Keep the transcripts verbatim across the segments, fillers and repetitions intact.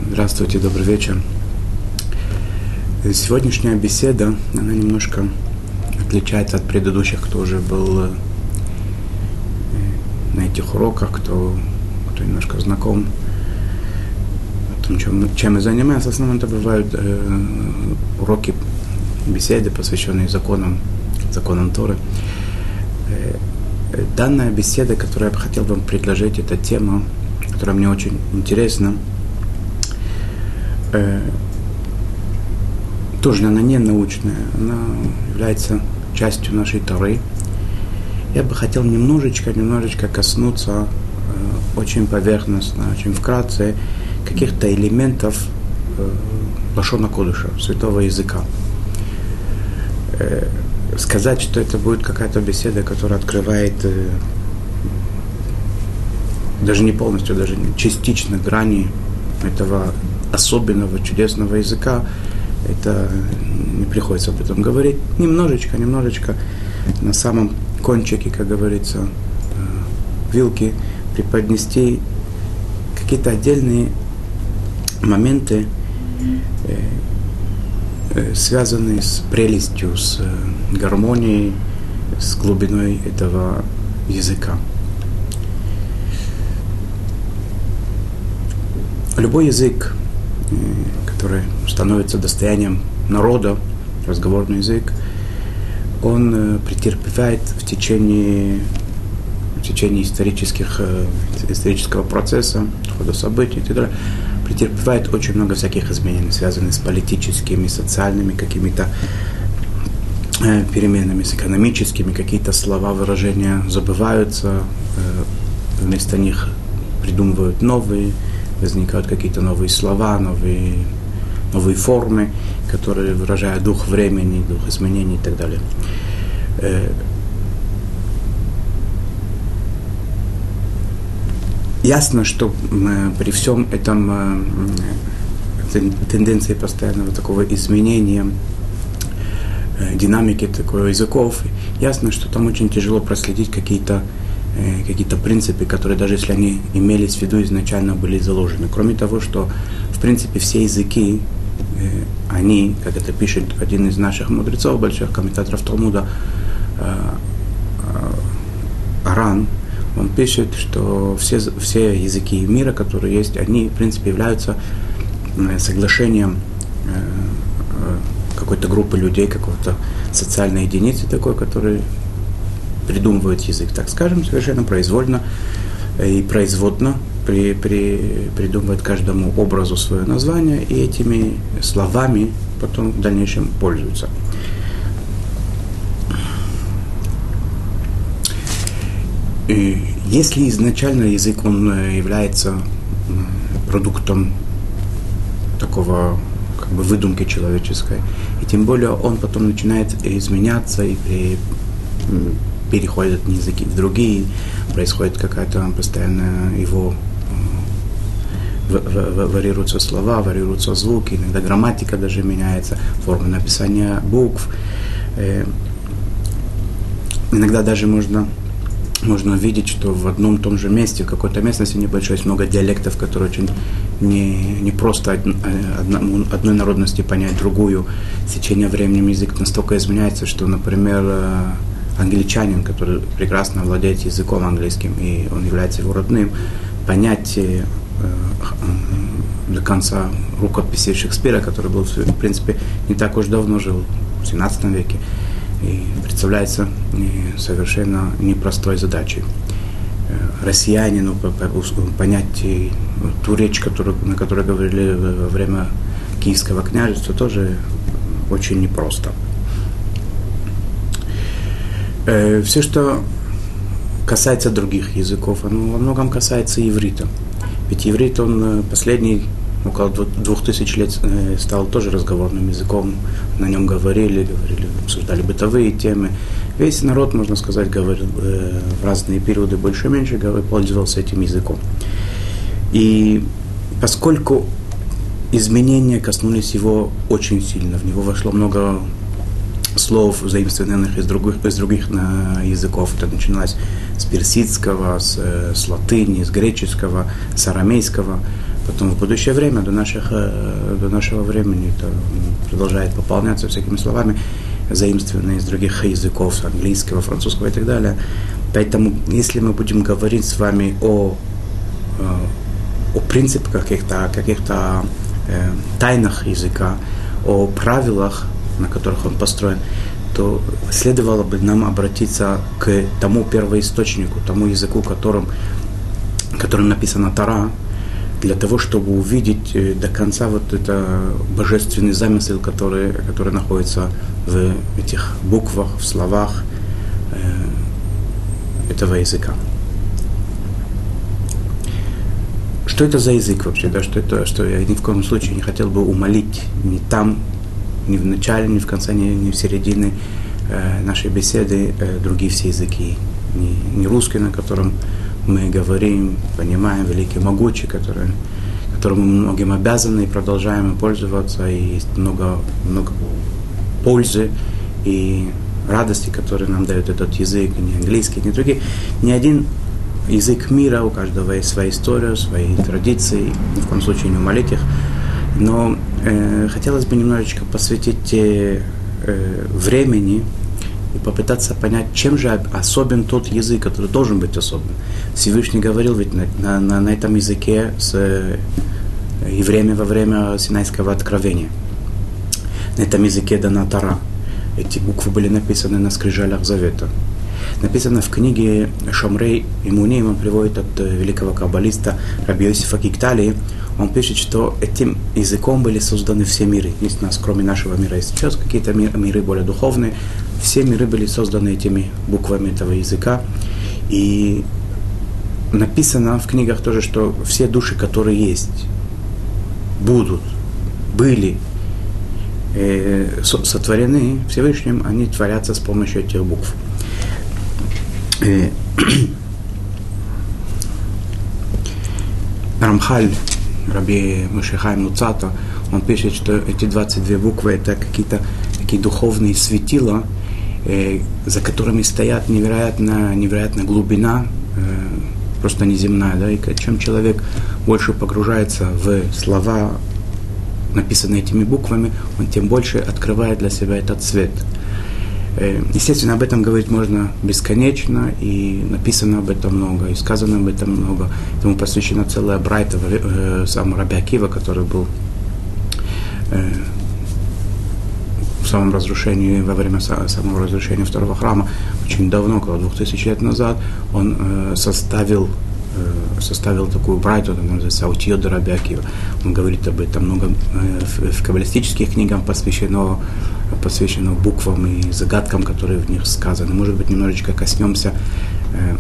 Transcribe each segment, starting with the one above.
Здравствуйте, добрый вечер. Сегодняшняя беседа, она немножко отличается от предыдущих, кто уже был на этих уроках, кто, кто немножко знаком о том, чем, чем мы занимаемся. В основном это бывают э, уроки, беседы, посвященные законам, законам Торы. Э, данная беседа, которую я бы хотел вам предложить, это тема, которая мне очень интересна. Э, тоже она не научная, она является частью нашей Торы. Я бы хотел немножечко, немножечко коснуться э, очень поверхностно, очень вкратце каких-то элементов э, лашон а-кодеша, святого языка. Э, сказать, что это будет какая-то беседа, которая открывает э, даже не полностью, даже частично грани этого особенного, чудесного языка, это не приходится об этом говорить. Немножечко, немножечко на самом кончике, как говорится, вилки преподнести какие-то отдельные моменты, связанные с прелестью, с гармонией, с глубиной этого языка. Любой язык, который становится достоянием народа, разговорный язык, он претерпевает в течение, в течение исторических, исторического процесса, хода событий и так далее, претерпевает очень много всяких изменений, связанных с политическими, социальными какими-то переменами, с экономическими. Какие-то слова, выражения забываются, вместо них придумывают новые, возникают какие-то новые слова, новые, новые формы, которые выражают дух времени, дух изменений и так далее. Ясно, что при всем этом тенденции постоянного такого изменения, динамики такого языков, ясно, что там очень тяжело проследить какие-то какие-то принципы, которые, даже если они имелись в виду, изначально были заложены. Кроме того, что, в принципе, все языки, э, они, как это пишет один из наших мудрецов, больших комментаторов Талмуда, э, э, Аран, он пишет, что все, все языки мира, которые есть, они, в принципе, являются э, соглашением э, э, какой-то группы людей, какой-то социальной единицы такой, который придумывает язык, так скажем, совершенно произвольно и производно при, при, придумывает каждому образу свое название, и этими словами потом в дальнейшем пользуются. И если изначально язык, он является продуктом такого как бы выдумки человеческой, и тем более он потом начинает изменяться и при переходят одни языки в другие, происходит какая-то постоянная его, варьируются слова, варьируются звуки, иногда грамматика даже меняется, форма написания букв. Иногда даже можно, можно видеть, что в одном и том же месте, в какой-то местности небольшой, есть много диалектов, которые очень не, не просто одному, одной народности понять другую. С течением времени язык настолько изменяется, что, например, англичанин, который прекрасно владеет языком английским, и он является его родным, понять э, э, до конца рукописи Шекспира, который был, в принципе, не так уж давно жил, в семнадцатом веке, и представляется э, совершенно непростой задачей. Э, россиянину понять э, ту речь, которую, на которой говорили во время Киевского княжества, тоже очень непросто. Все, что касается других языков, оно во многом касается иврита. Ведь иврит, он последний, около двух тысяч лет стал тоже разговорным языком. На нем говорили, говорили, обсуждали бытовые темы. Весь народ, можно сказать, говорил в разные периоды больше-меньше, пользовался этим языком. И поскольку изменения коснулись его очень сильно, в него вошло много слов, заимствованных из других, из других языков. Это начиналось с персидского, с, с латыни, с греческого, с арамейского. Потом в будущее время, до, наших, до нашего времени, это продолжает пополняться всякими словами, заимствованные из других языков, с английского, французского и так далее. Поэтому, если мы будем говорить с вами о, о принципах каких-то, каких-то э, тайнах языка, о правилах, на которых он построен, то следовало бы нам обратиться к тому первоисточнику, тому языку, которым, которым написана Тора, для того, чтобы увидеть до конца вот это божественный замысел, который, который находится в этих буквах, в словах э, этого языка. Что это за язык вообще? Да? Что, это, что я ни в коем случае не хотел бы умолить ни там, ни в начале, ни в конце, ни, ни в середине э, нашей беседы э, другие все языки. Не, не русский, на котором мы говорим, понимаем, великий, могучий, который, которому мы многим обязаны и продолжаем им пользоваться, и есть много, много пользы и радости, которые нам дает этот язык, ни английский, ни другие. Ни один язык мира, у каждого есть своя история, свои традиции, ни в коем случае не умолить их. Но э, хотелось бы немножечко посвятить э, времени и попытаться понять, чем же особен тот язык, который должен быть особен. Всевышний говорил ведь на, на, на, на этом языке с евреями во время Синайского откровения. На этом языке дана Тора. Эти буквы были написаны на скрижалях Завета. Написано в книге Шомрей Имуним, он приводит от великого каббалиста Раби Йосифа Гиктали. Он пишет, что этим языком были созданы все миры. Есть у нас, кроме нашего мира, есть сейчас какие-то миры более духовные. Все миры были созданы этими буквами этого языка. И написано в книгах тоже, что все души, которые есть, будут, были э, сотворены Всевышним, они творятся с помощью этих букв. Э, Рамхаль, Раби Моше Хаим Луцато, он пишет, что эти двадцать две буквы — это какие-то такие духовные светила, э, за которыми стоят невероятная, невероятная глубина, э, просто неземная. Да? И чем человек больше погружается в слова, написанные этими буквами, он тем больше открывает для себя этот свет. Э, естественно, об этом говорить можно бесконечно, и написано об этом много, и сказано об этом много. Этому посвящена целая брайта э, сам Раби Акива, который был э, в самом разрушении, во время самого разрушения второго храма, очень давно, около двух тысяч лет назад, он э, составил, э, составил такую брайту, она называется «Аутьё де Раби Акива». Он говорит об этом много э, в, в каббалистических книгах, посвящено, посвящено буквам и загадкам, которые в них сказаны. Может быть, немножечко коснемся э,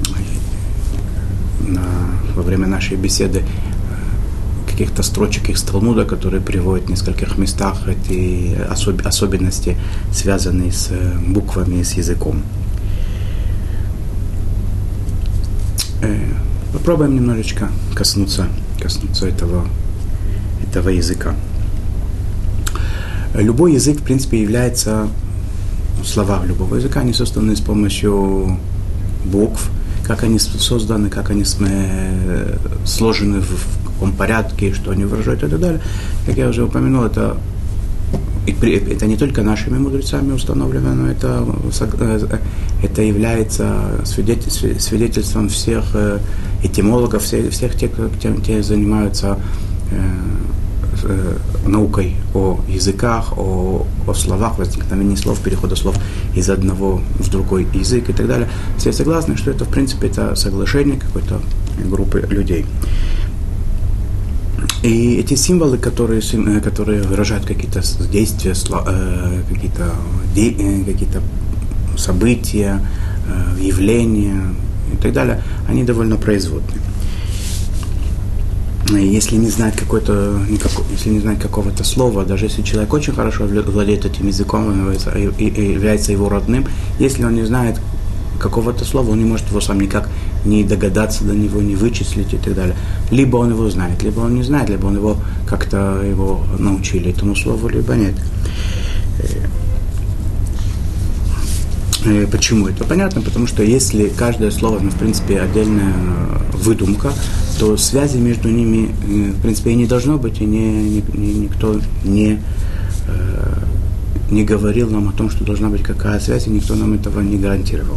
на, во время нашей беседы каких-то строчек из Талмуда, которые приводят в нескольких местах эти особ- особенности, связанные с буквами, с языком. Э, попробуем немножечко коснуться, коснуться этого, этого языка. Любой язык, в принципе, является, слова любого языка, они созданы с помощью букв, как они созданы, как они сложены в порядке, что они выражают и так далее. Как я уже упомянул, это, это не только нашими мудрецами установлено, но это, это является свидетельством всех этимологов, всех, всех тех, кто те занимаются наукой о языках, о, о словах, возникновении слов, перехода слов из одного в другой язык и так далее. Все согласны, что это, в принципе, это соглашение какой-то группы людей. И эти символы, которые, которые выражают какие-то действия, какие-то, какие-то события, явления и так далее, они довольно производные. Если не знать какой-то, если не знать какого-то слова, даже если человек очень хорошо владеет этим языком и является его родным, если он не знает какого-то слова, он не может его сам никак не догадаться до него, не вычислить и так далее. Либо он его знает, либо он не знает, либо он его как-то его научили этому слову, либо нет. Почему это? Понятно, потому что если каждое слово, ну, в принципе, отдельная выдумка, то связи между ними, в принципе, и не должно быть, и не, не, никто не, не говорил нам о том, что должна быть какая связь, и никто нам этого не гарантировал.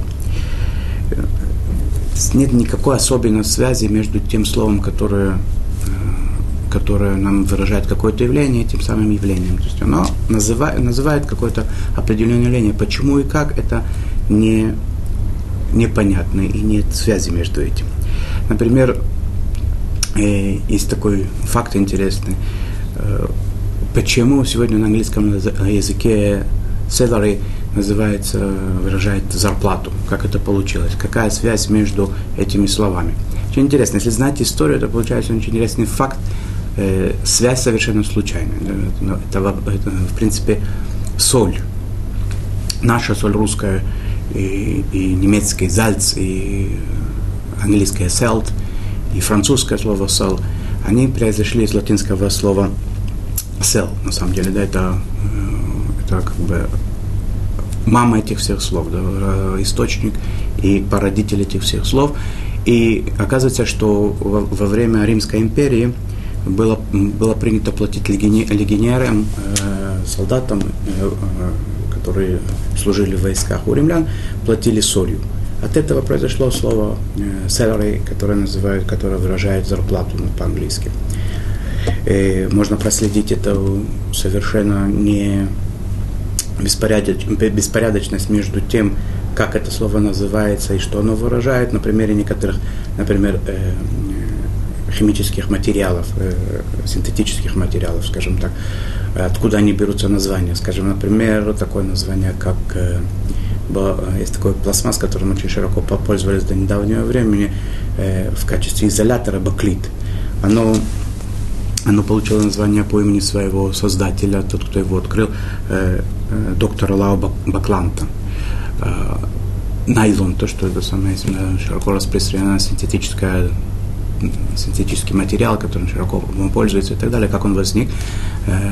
Нет никакой особенной связи между тем словом, которое, которое нам выражает какое-то явление, и тем самым явлением. То есть оно называет, называет какое-то определенное явление. Почему и как, это не, непонятно, и нет связи между этим. Например, э, есть такой факт интересный. Э, почему сегодня на английском языке salary называется, выражает зарплату, как это получилось, какая связь между этими словами. Очень интересно, если знать историю, то получается очень интересный факт, э, связь совершенно случайная. Это, это, в принципе, соль. Наша соль русская и, и немецкая зальц, и английское селт, и французское слово сел, они произошли из латинского слова сел, на самом деле, да, это, это как бы мама этих всех слов, да, источник и породитель этих всех слов. И оказывается, что во, во время Римской империи было, было принято платить легионерам, э, солдатам, э, которые служили в войсках у римлян, платили солью. От этого произошло слово э, salary, которое называют, которое выражает зарплату, ну, по-английски. И можно проследить это совершенно не Беспорядоч, беспорядочность между тем, как это слово называется и что оно выражает, на примере некоторых, например, э, химических материалов, э, синтетических материалов, скажем так, откуда они берутся названия. Скажем, например, такое название, как э, есть такой пластмасс, которым очень широко пользовались до недавнего времени э, в качестве изолятора, баклит. Оно Оно получило название по имени своего создателя, тот, кто его открыл, э, э, доктора Лао Бакланта. Э, найлон, то, что это самое широко распространенное синтетическое, синтетический материал, которым широко пользуется и так далее, как он возник. Э,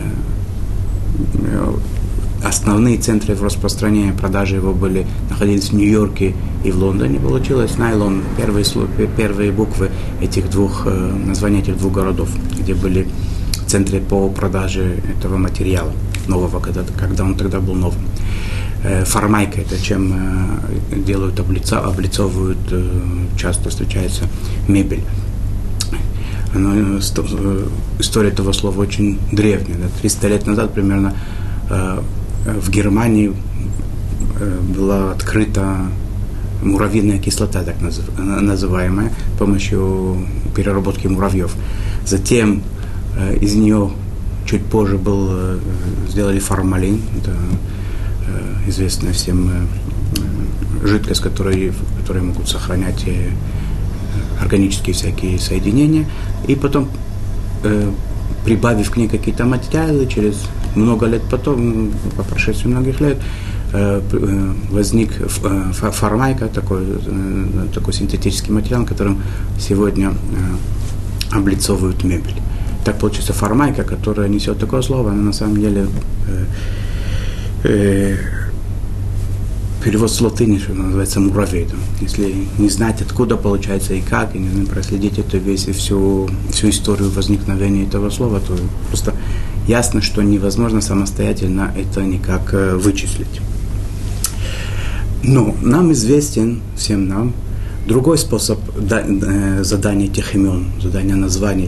Основные центры распространения, продажи его были, находились в Нью-Йорке и в Лондоне. Получилось найлон, первые, первые буквы этих двух, названия этих двух городов, где были центры по продаже этого материала нового, когда, когда он тогда был новым. Формайка, это чем делают, облица, облицовывают, часто встречается мебель. Оно, история этого слова очень древняя. триста лет назад примерно в Германии была открыта муравьиная кислота, так называемая, с помощью переработки муравьев. Затем из нее чуть позже был, сделали формалин, это известная всем жидкость, которая, которые могут сохранять органические всякие соединения. И потом, прибавив к ней какие-то материалы, через много лет потом, по прошествии многих лет, возник формайка, такой, такой синтетический материал, которым сегодня облицовывают мебель. Так получится формайка, которая несет такое слово, она на самом деле перевод с латыни, что называется муравей. Если не знать, откуда получается и как, и не знаю, проследить эту весь, всю, всю историю возникновения этого слова, то просто ясно, что невозможно самостоятельно это никак вычислить. Но нам известен, всем нам, другой способ задания этих имен, задания названий.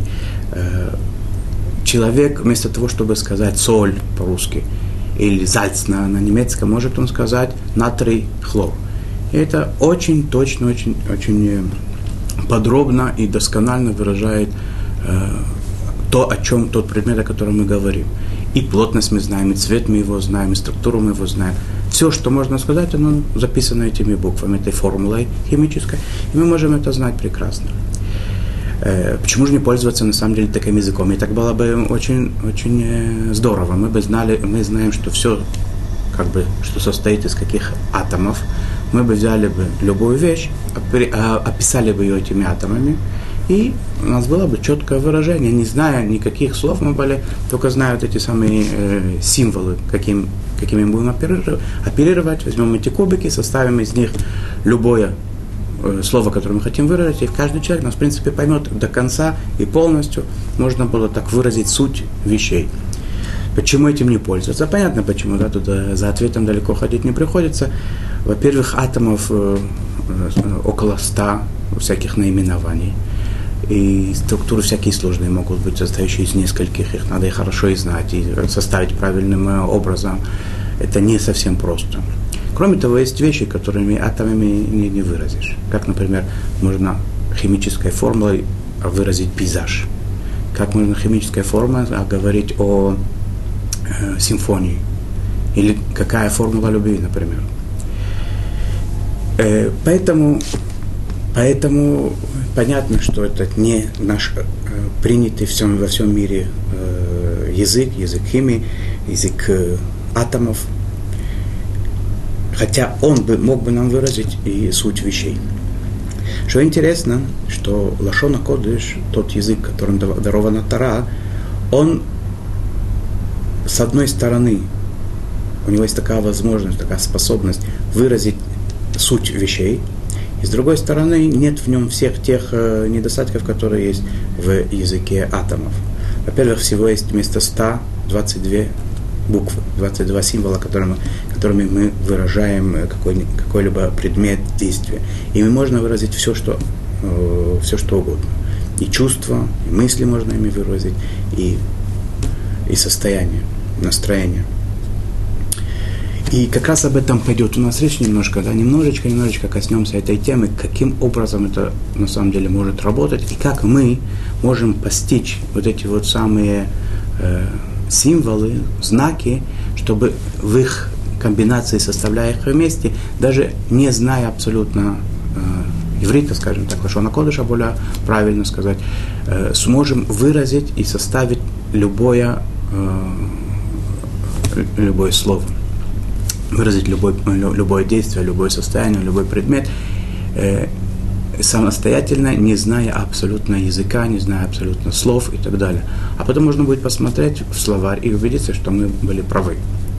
Человек вместо того, чтобы сказать соль по-русски, или зальц на, на немецком, может он сказать натрий, хлор. И это очень точно, очень, очень подробно и досконально выражает э, то, о чем, тот предмет, о котором мы говорим. И плотность мы знаем, и цвет мы его знаем, и структуру мы его знаем. Все, что можно сказать, оно записано этими буквами, этой формулой химической, и мы можем это знать прекрасно. Почему же не пользоваться на самом деле таким языком? И так было бы очень, очень здорово. Мы бы знали, мы знаем, что все, как бы, что состоит из каких атомов. Мы бы взяли бы любую вещь, описали бы ее этими атомами, И у нас было бы четкое выражение, не зная никаких слов, мы были, только зная вот эти самые э, символы, каким, какими мы будем оперировать. Возьмем эти кубики, составим из них любое э, слово, которое мы хотим выразить, и каждый человек нас, в принципе, поймет до конца и полностью. Можно было так выразить суть вещей. Почему этим не пользоваться? Понятно почему, да, тут за ответом далеко ходить не приходится. Во-первых, атомов э, э, около ста всяких наименований. И структуры всякие сложные могут быть, состоящие из нескольких, их надо и хорошо и знать, и составить правильным образом. Это не совсем просто. Кроме того, есть вещи, которыми атомами не, не выразишь. Как, например, можно химической формулой выразить пейзаж. Как можно химической формулой говорить о э, симфонии. Или какая формула любви, например. Э, поэтому... Поэтому понятно, что это не наш э, принятый всем, во всем мире э, язык, язык химии, язык э, атомов. Хотя он бы, мог бы нам выразить и суть вещей. Что интересно, что лашон а-кодеш, тот язык, которым дарована Тора, он, с одной стороны, у него есть такая возможность, такая способность выразить суть вещей, и с другой стороны, нет в нем всех тех э, недостатков, которые есть в языке атомов. Во-первых, всего есть вместо ста двадцать две буквы, двадцать два символа, которыми, которыми мы выражаем какой, какой-либо предмет действия. Ими можно выразить все, что, э, все, что угодно. И чувства, и мысли можно ими выразить, и, и состояние, настроение. И как раз об этом пойдет у нас речь немножко, да, немножечко, немножечко коснемся этой темы, каким образом это на самом деле может работать, и как мы можем постичь вот эти вот самые э, символы, знаки, чтобы в их комбинации, составляя их вместе, даже не зная абсолютно э, иврита, скажем так, лашон а-кодеш, более правильно сказать, э, сможем выразить и составить любое, э, любое слово. Выразить любой, любое действие, любое состояние, любой предмет э, самостоятельно, не зная абсолютно языка, не зная абсолютно слов и так далее. А потом можно будет посмотреть в словарь и убедиться, что мы были правы.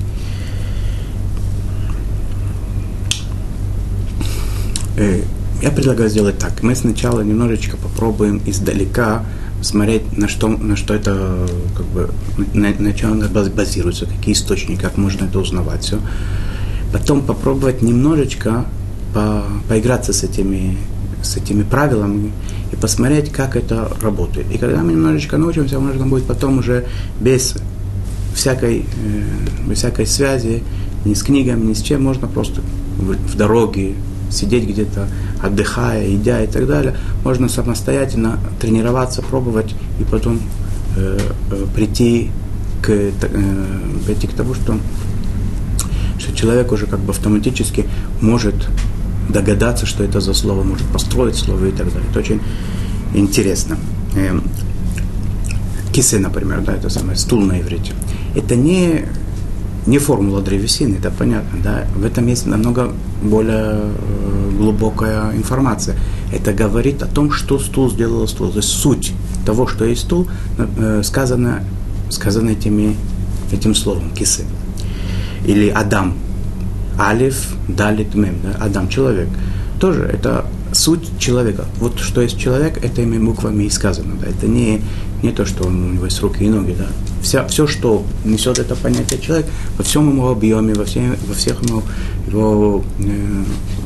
Э, я предлагаю сделать так. Мы сначала немножечко попробуем издалека смотреть, на что, на что это, как бы, на, на чем это базируется, какие источники, как можно это узнавать все. Потом попробовать немножечко по, поиграться с этими, с этими правилами и посмотреть, как это работает. И когда мы немножечко научимся, можно будет потом уже без всякой, э, без всякой связи, ни с книгами, ни с чем, можно просто в, в дороге сидеть где-то, отдыхая, едя и так далее, можно самостоятельно тренироваться, пробовать и потом э, э, прийти, к, э, прийти к тому, что, что человек уже как бы автоматически может догадаться, что это за слово, может построить слово и так далее. Это очень интересно. Э, кисе, например, да, это самое, стул на иврите. Это не Не формула древесины, это понятно, да. В этом есть намного более глубокая информация. Это говорит о том, что стул сделал стул. То есть суть того, что есть стул, сказано, сказано этими, этим словом, кисы. Или Адам. Алиф, Далит, Мем. Да? Адам, человек. Тоже это суть человека. Вот что есть человек, это этими буквами и сказано. Да? Это не, не то, что он, у него есть руки и ноги, да. Вся, все, что несет это понятие человек, во всем его объеме, во, всем, во всех его, его э,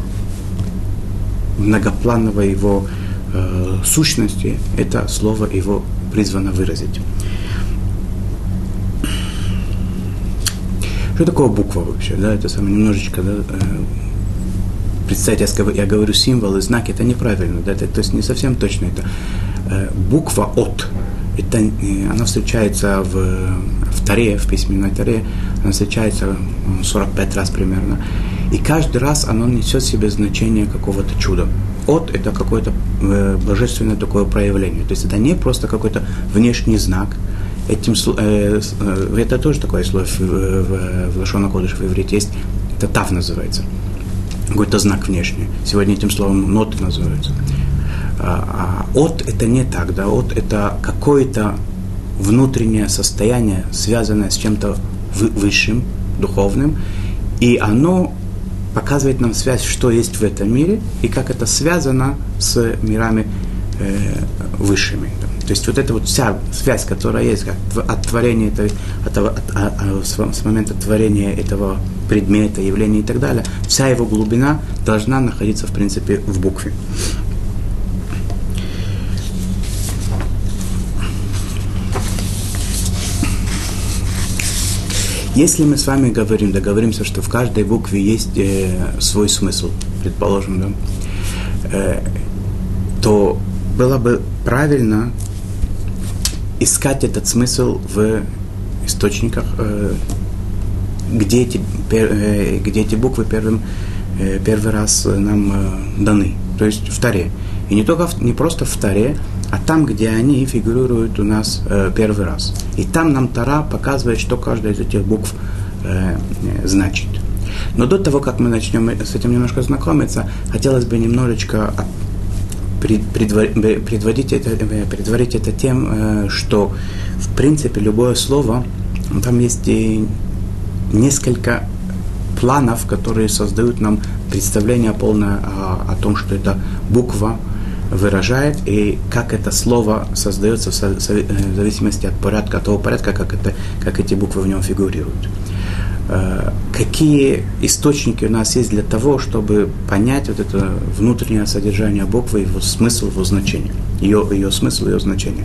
многоплановой его э, сущности, это слово его призвано выразить. Что такое буква вообще? Да? Это самое немножечко, да, э, представьте, я, я говорю символы, знаки, это неправильно, да? это, то есть не совсем точно. Это э, буква от. Это, она встречается в, в Торе, в письменной Торе, она встречается сорок пять раз примерно. И каждый раз она несет в себе значение какого-то чуда. От – это какое-то э, божественное такое проявление. То есть это не просто какой-то внешний знак. Этим, э, э, это тоже такое слово в, в, в лашон а-кодеш в иврите есть. Это тав называется. Какой-то знак внешний. Сегодня этим словом ноты называются. А от это не так, да, от это какое-то внутреннее состояние, связанное с чем-то высшим, духовным, и оно показывает нам связь, что есть в этом мире, и как это связано с мирами э, высшими. То есть вот эта вот вся связь, которая есть как от творения этого, от, от, от, с момента творения этого предмета, явления и так далее, вся его глубина должна находиться, в принципе, в букве. Если мы с вами говорим, договоримся, что в каждой букве есть э, свой смысл, предположим, да, э, то было бы правильно искать этот смысл в источниках, э, где, эти, пер, э, где эти буквы первым, э, первый раз нам э, даны, то есть в Торе. И не только в, не просто в Торе, а там, где они фигурируют у нас э, первый раз. И там нам Тора показывает, что каждая из этих букв э, значит. Но до того, как мы начнем с этим немножко знакомиться, хотелось бы немножечко предводить это, предварить это тем, э, что, в принципе, любое слово, там есть и несколько планов, которые создают нам представление полное о, о том, что эта буква выражает, и как это слово создается в зависимости от порядка, от того порядка, как, это, как эти буквы в нем фигурируют. Какие источники у нас есть для того, чтобы понять вот это внутреннее содержание буквы, его смысл, его значение, ее, ее смысл, ее значение.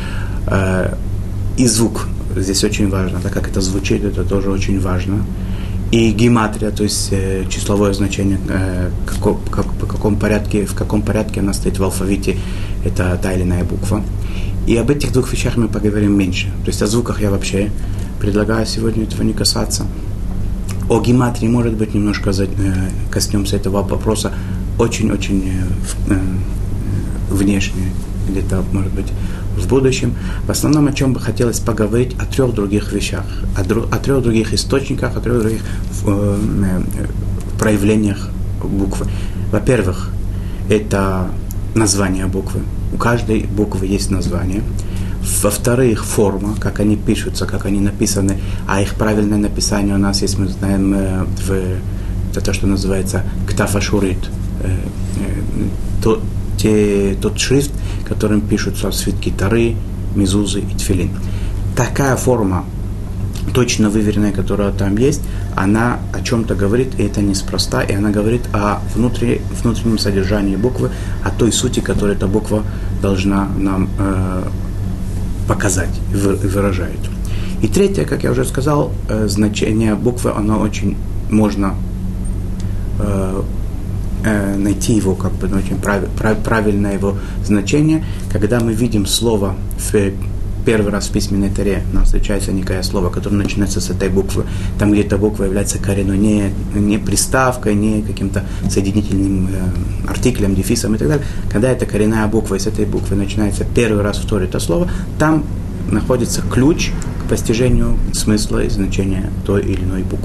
И звук здесь очень важно, так как это звучит, это тоже очень важно. И гематрия, то есть э, числовое значение, э, како, как, по каком порядке, в каком порядке она стоит в алфавите, это та или иная буква. И об этих двух вещах мы поговорим меньше. То есть о звуках я вообще предлагаю сегодня этого не касаться. О гематрии, может быть, немножко за, э, коснемся этого вопроса очень-очень э, э, внешне, где-то, может быть, в будущем. В основном, о чем бы хотелось поговорить, о трех других вещах, о, дру, о трех других источниках, о трех других э, э, проявлениях буквы. Во-первых, это название буквы. У каждой буквы есть название. Во-вторых, форма, как они пишутся, как они написаны, а их правильное написание у нас есть, мы знаем, э, в, это то, что называется ктав ашурит, э, э, то, те, тот шрифт, которым пишутся свитки Торы, мезузы и тфилин. Такая форма, точно выверенная, которая там есть, она о чем-то говорит, и это неспроста, и она говорит о внутри, внутреннем содержании буквы, о той сути, которую эта буква должна нам э, показать и выражает. И третье, как я уже сказал, э, значение буквы, оно очень можно э, найти его, как бы, очень прав, прав, правильное его значение, когда мы видим слово в первый раз в письменной Торе, нам встречается некое слово, которое начинается с этой буквы, там, где эта буква является коренной, не, не приставкой, не каким-то соединительным э, артиклем, дефисом и так далее. Когда эта коренная буква, и с этой буквы начинается первый раз в Торе это слово, там находится ключ к постижению смысла и значения той или иной буквы.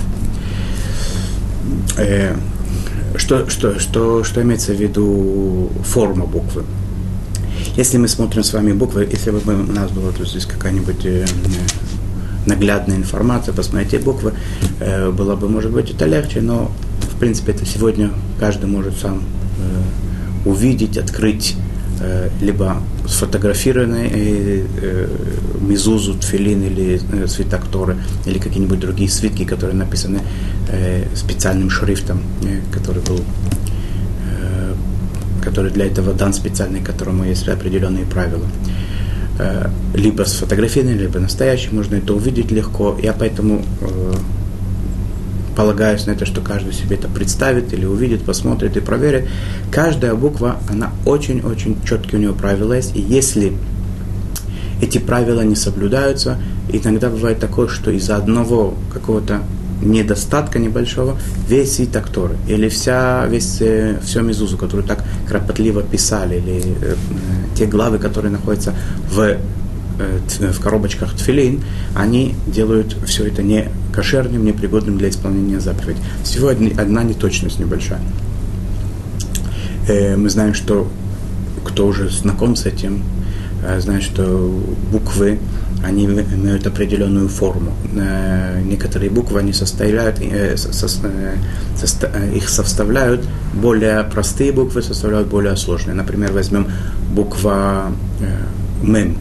Э, Что, что, что, что имеется в виду форма буквы? Если мы смотрим с вами буквы, если бы у нас была тут здесь какая-нибудь э, наглядная информация, посмотрите буквы, э, было бы, может быть, это легче, но, в принципе, это сегодня каждый может сам э, увидеть, открыть, э, либо сфотографированный э, э, мезузу, тфилин или э, свиток Торы, или какие-нибудь другие свитки, которые написаны э, специальным шрифтом, э, который был, э, который для этого дан специальный, которому есть определенные правила. Э, либо сфотографированный, либо настоящий, можно это увидеть легко. Я поэтому э, полагаюсь на это, что каждый себе это представит или увидит, посмотрит и проверит. Каждая буква, она очень-очень четкие у нее правила есть. И если эти правила не соблюдаются, иногда бывает такое, что из-за одного какого-то недостатка небольшого весь свиток Торы или вся, весь, все мезузу, которую так кропотливо писали, или э, те главы, которые находятся в в коробочках тфилин, они делают все это не кошерным, не пригодным для исполнения заповедей. Всего одна неточность небольшая. Мы знаем, что кто уже знаком с этим, знает, что буквы, они имеют определенную форму. Некоторые буквы они составляют, их составляют более простые буквы, составляют более сложные. Например, возьмем буква мем.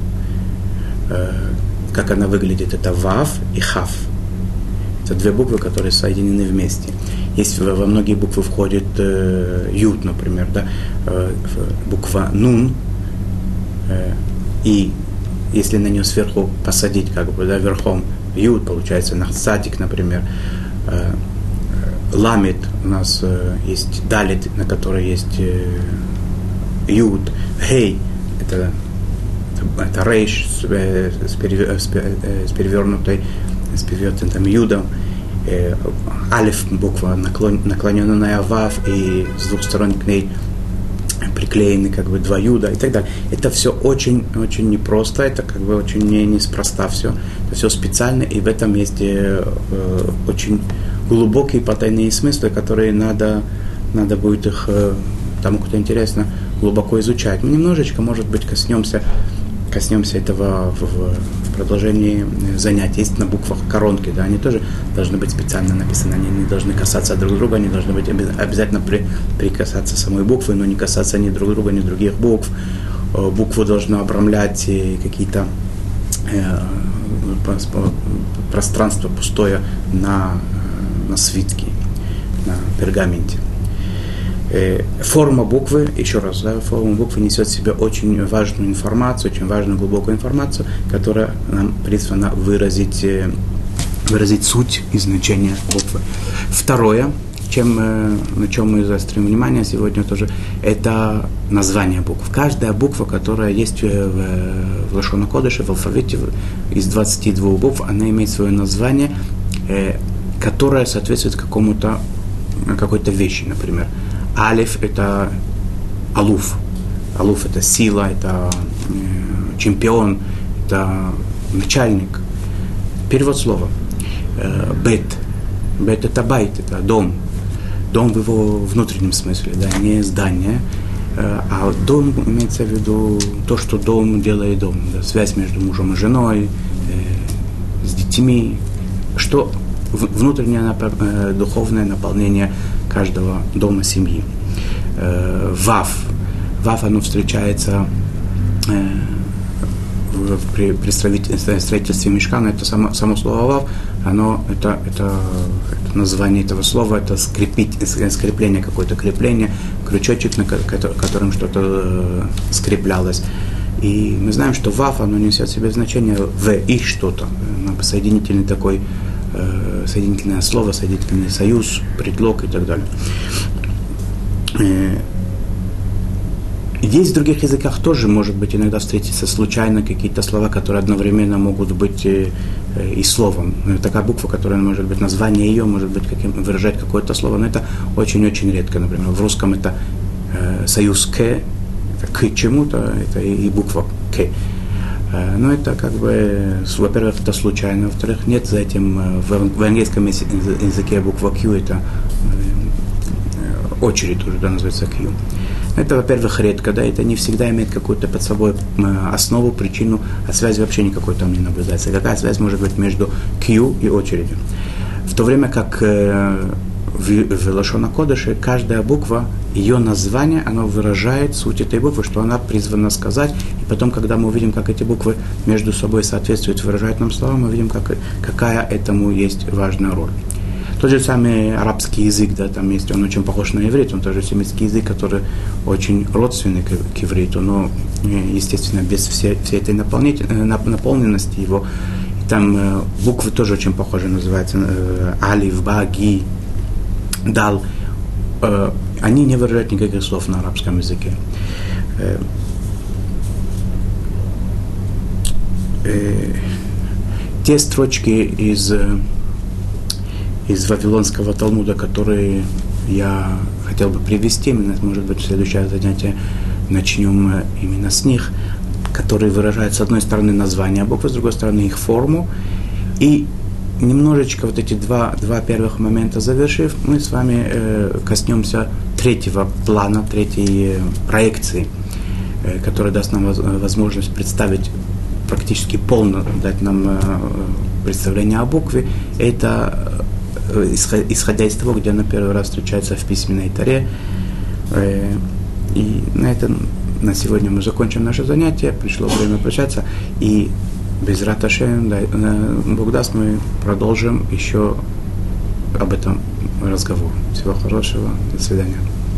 Как она выглядит? Это вав и хав. Это две буквы, которые соединены вместе. Если во многие буквы входит э, ют, например, да, э, буква нун, э, и если на нее сверху посадить, как бы, да, верхом ют, получается, на садик, например, э, ламит, у нас э, есть далит, на которой есть э, ют, гей, это, это, это рейш с, э, с, перевер, с, э, с перевернутой, с перевернутым юдом, э, алиф, буква наклон, наклоненная вав, и с двух сторон к ней приклеены как бы два юда и так далее. Это все очень, очень непросто, это как бы очень не, неспроста все. Это все специально, и в этом есть э, очень глубокие потайные смыслы, которые надо, надо будет их, э, тому, кто интересно, глубоко изучать. Мы немножечко, может быть, коснемся, коснемся этого в, в продолжении занятий. Есть на буквах коронки, да, они тоже должны быть специально написаны, они не должны касаться друг друга, они должны быть обязательно при, прикасаться самой буквы, но не касаться ни друг друга, ни других букв. Букву должно обрамлять какие-то э, пространство пустое на, на свитке, на пергаменте. Форма буквы, еще раз, да, форма буквы несет в себе очень важную информацию, очень важную глубокую информацию, которая нам призвана выразить, выразить суть и значение буквы. Второе, чем, на чем мы заострим внимание сегодня тоже, это название букв. Каждая буква, которая есть в, в Лашон а-Кодеше, в алфавите, из двадцати двух букв, она имеет свое название, которое соответствует какому-то, какой-то вещи, например. Алиф – это алуф. Алуф – это сила, это э, чемпион, это начальник. Перевод слова. Э, бет. Бет – это байт, это дом. Дом в его внутреннем смысле, да, не здание. Э, а дом имеется в виду то, что дом делает дом. Да, связь между мужем и женой, э, с детьми. Что внутреннее э, духовное наполнение каждого дома семьи. Э, вав. Вав, оно встречается э, в, при, при строительстве мишкана. Это само, само слово вав, оно, это, это, это название этого слова, это скрепить, скрепление, какое-то крепление, крючочек, на которым что-то э, скреплялось. И мы знаем, что вав, оно несет в себе значение в и что-то. Соединительный такой, соединительное слово, соединительный союз, предлог и так далее. Здесь в других языках тоже, может быть, иногда встретиться случайно какие-то слова, которые одновременно могут быть и, и словом. Такая буква, которая может быть, название ее, может быть, каким, выражать какое-то слово, но это очень-очень редко. Например, в русском это э, союз к, это к чему-то, это и, и буква к. Но это как бы, во-первых, это случайно, во-вторых, нет за этим, в, в английском языке буква Q, это очередь уже, да, называется Q. Это, во-первых, редко, да, это не всегда имеет какую-то под собой основу, причину, а связи вообще никакой там не наблюдается. Какая связь может быть между Q и очередью? В то время как в, в Лашон а-Кодеше каждая буква, ее название, оно выражает суть этой буквы, что она призвана сказать. И потом, когда мы увидим, как эти буквы между собой соответствуют, выражают нам слова, мы видим, как, какая этому есть важная роль. Тот же самый арабский язык, да, там есть, он очень похож на иврит, он тоже семитский язык, который очень родственный к, к ивриту, но, естественно, без всей, всей этой наполненности его. И там э, буквы тоже очень похожи, называются э, алиф, ба, ги, дал. Э, они не выражают никаких слов на арабском языке. Э, э, те строчки из... из Вавилонского Талмуда, которые я хотел бы привести, может быть, в следующее занятие начнем именно с них, которые выражают, с одной стороны, название буквы, с другой стороны, их форму. И немножечко вот эти два, два первых момента завершив, мы с вами э, коснемся третьего плана, третьей проекции который даст нам возможность представить практически полно, дать нам представление о букве, это исходя из того, где она первый раз встречается в письменной Торе. И на этом на сегодня мы закончим наше занятие, пришло время прощаться, и без Рат Ашем, да, Бог даст, мы продолжим еще об этом разговор. Всего хорошего, до свидания.